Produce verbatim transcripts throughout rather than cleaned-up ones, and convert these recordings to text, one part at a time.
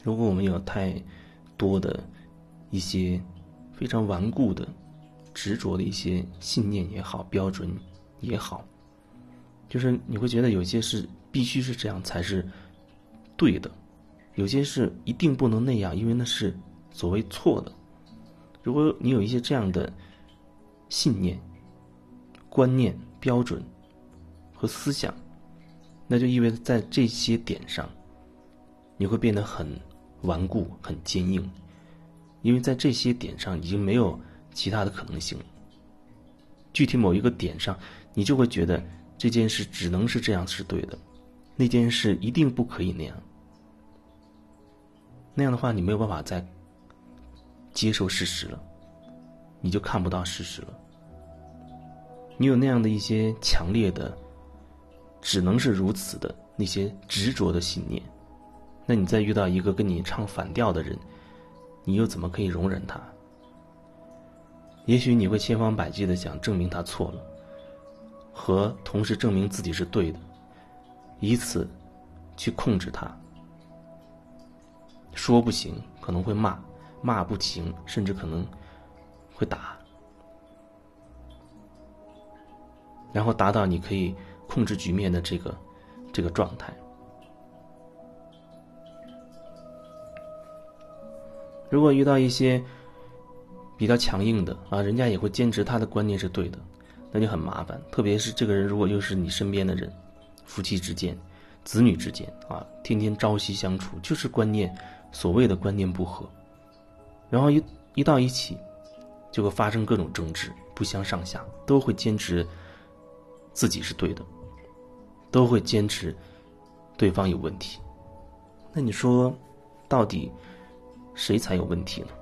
如果我们有太多的一些非常顽固的执着的一些信念也好，标准也好，就是你会觉得有些是必须是这样才是对的，有些是一定不能那样，因为那是所谓错的。如果你有一些这样的信念、观念、标准和思想，那就意味着在这些点上你会变得很顽固、很坚硬，因为在这些点上已经没有其他的可能性了。具体某一个点上，你就会觉得这件事只能是这样是对的，那件事一定不可以那样。那样的话，你没有办法再接受事实了，你就看不到事实了。你有那样的一些强烈的只能是如此的那些执着的信念，那你再遇到一个跟你唱反调的人，你又怎么可以容忍他？也许你会千方百计的想证明他错了，和同时证明自己是对的，以此去控制他。说不行可能会骂，骂不行甚至可能会打，然后达到你可以控制局面的这个这个状态。如果遇到一些比较强硬的啊，人家也会坚持他的观念是对的，那就很麻烦。特别是这个人如果又是你身边的人，夫妻之间、子女之间啊，天天朝夕相处，就是观念所谓的观念不合，然后一一到一起就会发生各种争执，不相上下，都会坚持自己是对的，都会坚持对方有问题。那你说到底谁才有问题呢？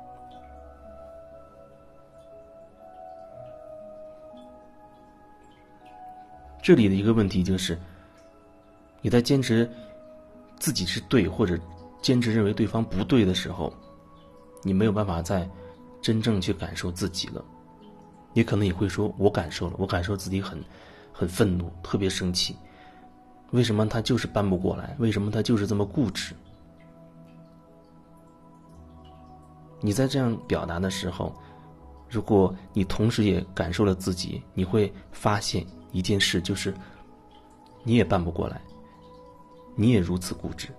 这里的一个问题就是，你在坚持自己是对，或者坚持认为对方不对的时候，你没有办法再真正去感受自己了。也可能你会说，我感受了，我感受自己很很愤怒，特别生气，为什么他就是搬不过来？为什么他就是这么固执？你在这样表达的时候，如果你同时也感受了自己，你会发现一件事，就是你也搬不过来，你也如此固执。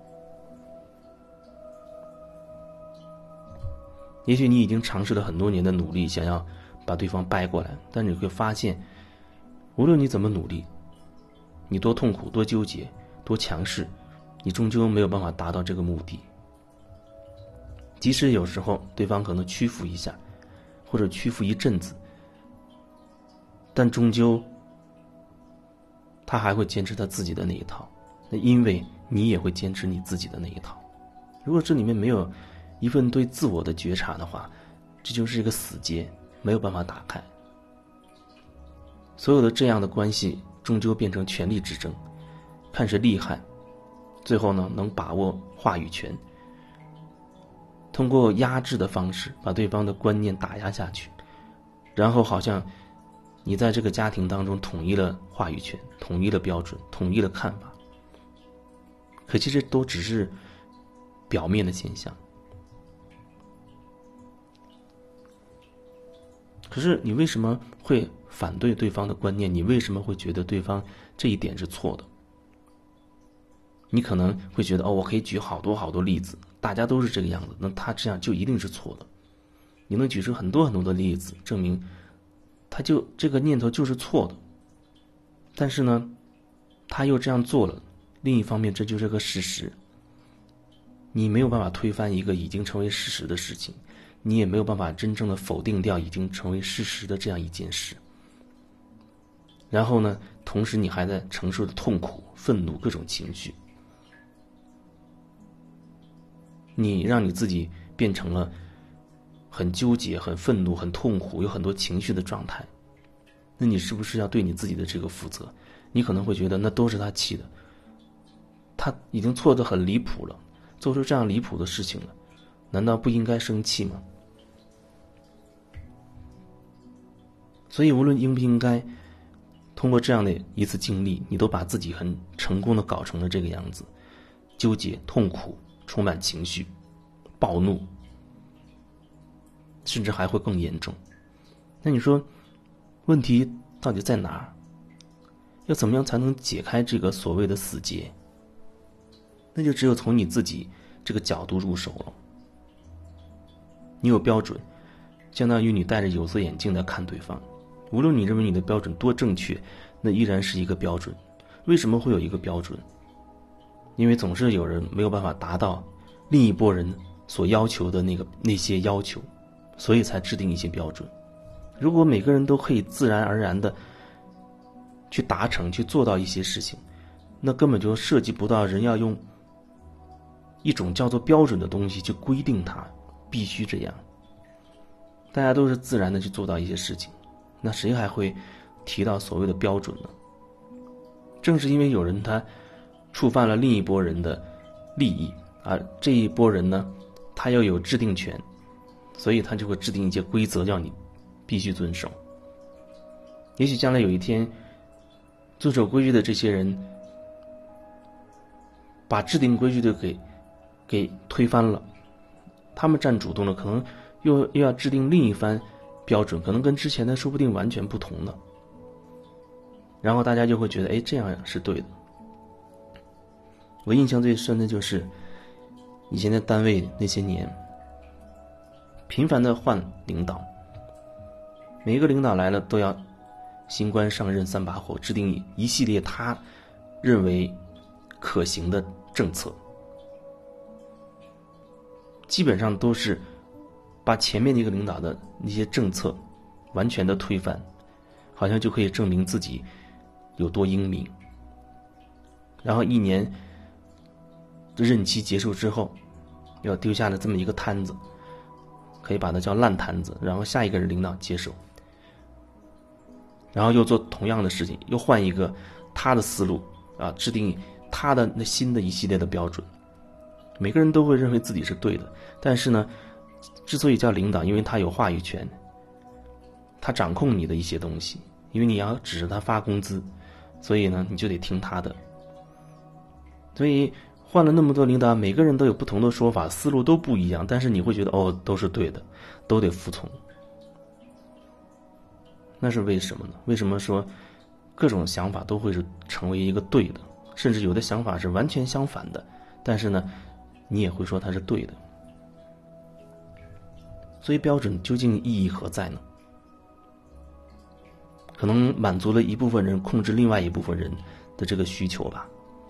也许你已经尝试了很多年的努力，想要把对方掰过来，但你会发现，无论你怎么努力，你多痛苦、多纠结、多强势，你终究没有办法达到这个目的。即使有时候对方可能屈服一下，或者屈服一阵子，但终究他还会坚持他自己的那一套，那因为你也会坚持你自己的那一套。如果这里面没有一份对自我的觉察的话，这就是一个死结，没有办法打开。所有的这样的关系终究变成权力之争，看谁厉害，最后呢能把握话语权，通过压制的方式把对方的观念打压下去，然后好像你在这个家庭当中统一了话语权，统一了标准，统一了看法。可其实都只是表面的现象。可是你为什么会反对对方的观念？你为什么会觉得对方这一点是错的？你可能会觉得哦，我可以举好多好多例子，大家都是这个样子，那他这样就一定是错的。你能举出很多很多的例子，证明他就这个念头就是错的。但是呢，他又这样做了，另一方面这就是个事实。你没有办法推翻一个已经成为事实的事情，你也没有办法真正的否定掉已经成为事实的这样一件事。然后呢，同时你还在承受着痛苦、愤怒各种情绪，你让你自己变成了很纠结、很愤怒、很痛苦，有很多情绪的状态。那你是不是要对你自己的这个负责？你可能会觉得那都是他气的，他已经错得很离谱了，做出这样离谱的事情了，难道不应该生气吗？所以无论应不应该，通过这样的一次经历，你都把自己很成功的搞成了这个样子，纠结、痛苦、 充满情绪、暴怒，甚至还会更严重。那你说问题到底在哪儿？要怎么样才能解开这个所谓的死结？那就只有从你自己这个角度入手了。你有标准，相当于你戴着有色眼镜在看对方，无论你认为你的标准多正确，那依然是一个标准。为什么会有一个标准？因为总是有人没有办法达到另一拨人所要求的那个那些要求，所以才制定一些标准。如果每个人都可以自然而然的去达成去做到一些事情，那根本就涉及不到人要用一种叫做标准的东西去规定它必须这样。大家都是自然的去做到一些事情，那谁还会提到所谓的标准呢？正是因为有人他触犯了另一拨人的利益，而这一拨人呢，他要有制定权，所以他就会制定一些规则，要你必须遵守。也许将来有一天，遵守规矩的这些人把制定规矩的给给推翻了，他们占主动了，可能又又要制定另一番标准，可能跟之前的说不定完全不同的。然后大家就会觉得，哎，这样是对的。我印象最深的就是以前在单位那些年，频繁的换领导，每一个领导来了都要新官上任三把火，制定一系列他认为可行的政策，基本上都是把前面一个领导的那些政策完全的推翻，好像就可以证明自己有多英明。然后一年任期结束之后，要丢下了这么一个摊子，可以把它叫烂摊子，然后下一个人领导接手，然后又做同样的事情，又换一个他的思路啊，制定他的那新的一系列的标准。每个人都会认为自己是对的，但是呢，之所以叫领导，因为他有话语权，他掌控你的一些东西，因为你要指着他发工资，所以呢，你就得听他的。所以换了那么多领导，每个人都有不同的说法，思路都不一样，但是你会觉得哦，都是对的，都得服从。那是为什么呢？为什么说各种想法都会是成为一个对的，甚至有的想法是完全相反的，但是呢，你也会说它是对的。所以标准究竟意义何在呢？可能满足了一部分人控制另外一部分人的这个需求吧。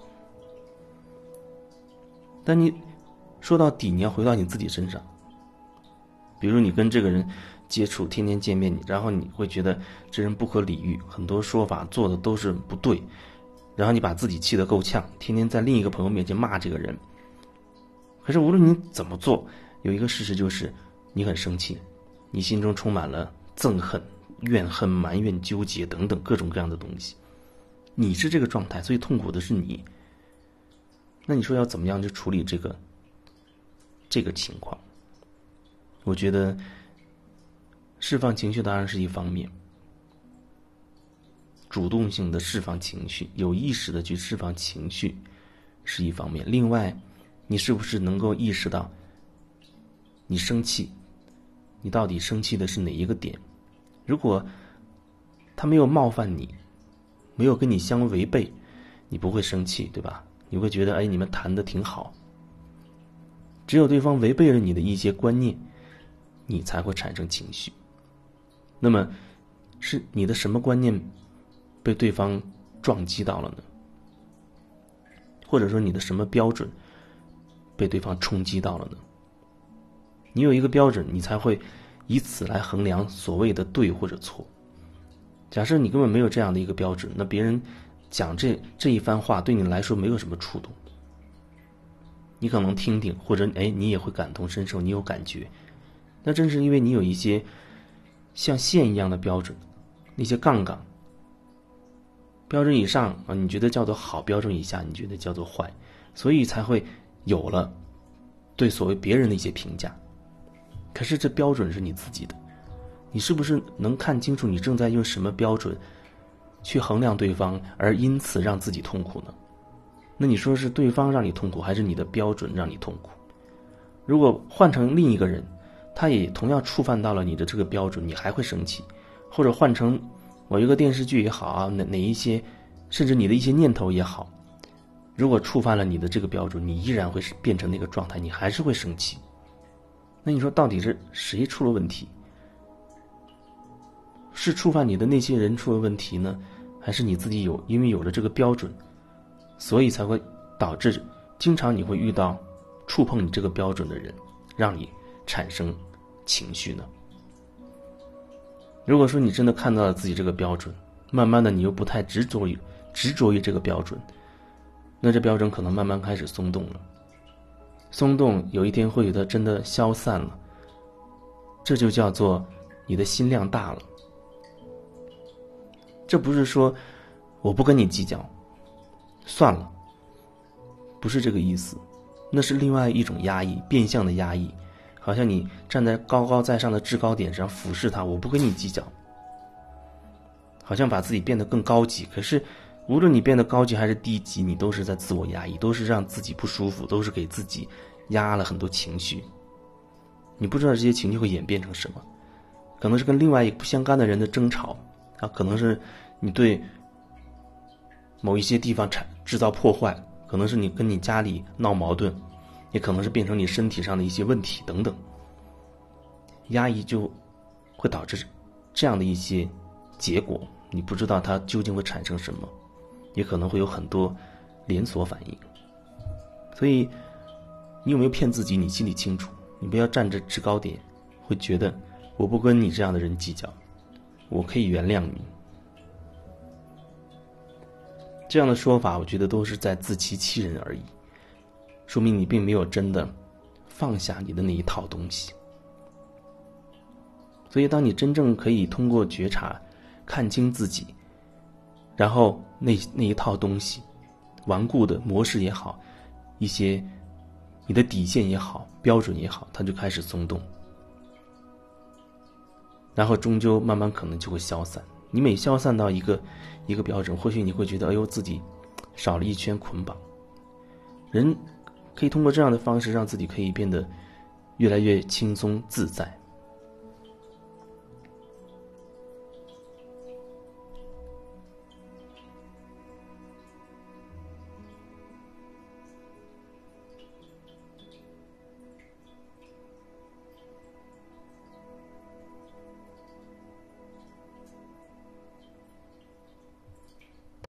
但你说到底，你要回到你自己身上。比如你跟这个人接触，天天见面，然后你会觉得这人不可理喻，很多说法做的都是不对，然后你把自己气得够呛，天天在另一个朋友面前骂这个人。可是无论你怎么做，有一个事实就是你很生气，你心中充满了憎恨、怨恨、埋怨、纠结等等各种各样的东西。你是这个状态，所以痛苦的是你。那你说要怎么样去处理这个这个情况？我觉得释放情绪当然是一方面，主动性的释放情绪，有意识的去释放情绪是一方面。另外，你是不是能够意识到你生气，你到底生气的是哪一个点？如果他没有冒犯你，没有跟你相违背，你不会生气，对吧？你会觉得哎，你们谈得挺好。只有对方违背了你的一些观念，你才会产生情绪。那么是你的什么观念被对方撞击到了呢？或者说你的什么标准被对方冲击到了呢？你有一个标准，你才会以此来衡量所谓的对或者错。假设你根本没有这样的一个标准，那别人讲这这一番话对你来说没有什么触动，你可能听听，或者哎，你也会感同身受，你有感觉。那正是因为你有一些像线一样的标准，那些杠杠，标准以上啊，你觉得叫做好；标准以下，你觉得叫做坏，所以才会有了对所谓别人的一些评价。可是这标准是你自己的，你是不是能看清楚你正在用什么标准去衡量对方，而因此让自己痛苦呢？ 那你说是对方让你痛苦，还是你的标准让你痛苦？如果换成另一个人，他也同样触犯到了你的这个标准，你还会生气？或者换成某一个电视剧也好啊，哪哪一些，甚至你的一些念头也好，如果触犯了你的这个标准，你依然会变成那个状态，你还是会生气。那你说到底是谁出了问题？是触犯你的那些人出了问题呢，还是你自己有因为有了这个标准，所以才会导致经常你会遇到触碰你这个标准的人，让你产生情绪呢？如果说你真的看到了自己这个标准，慢慢的你又不太执着于执着于这个标准，那这标准可能慢慢开始松动了，松动有一天会有的真的消散了，这就叫做你的心量大了。这不是说我不跟你计较算了，不是这个意思，那是另外一种压抑，变相的压抑，好像你站在高高在上的制高点上俯视它，我不跟你计较，好像把自己变得更高级。可是无论你变得高级还是低级，你都是在自我压抑，都是让自己不舒服，都是给自己压了很多情绪。你不知道这些情绪会演变成什么，可能是跟另外一个不相干的人的争吵啊，可能是你对某一些地方产制造破坏，可能是你跟你家里闹矛盾，也可能是变成你身体上的一些问题等等。压抑就会导致这样的一些结果，你不知道它究竟会产生什么，也可能会有很多连锁反应。所以你有没有骗自己，你心里清楚，你不要站着制高点会觉得我不跟你这样的人计较，我可以原谅你。这样的说法我觉得都是在自欺欺人而已，说明你并没有真的放下你的那一套东西。所以当你真正可以通过觉察看清自己，然后那那一套东西顽固的模式也好，一些你的底线也好，标准也好，它就开始松动，然后终究慢慢可能就会消散。你每消散到一个一个标准，或许你会觉得哎呦自己少了一圈捆绑。人可以通过这样的方式让自己可以变得越来越轻松自在，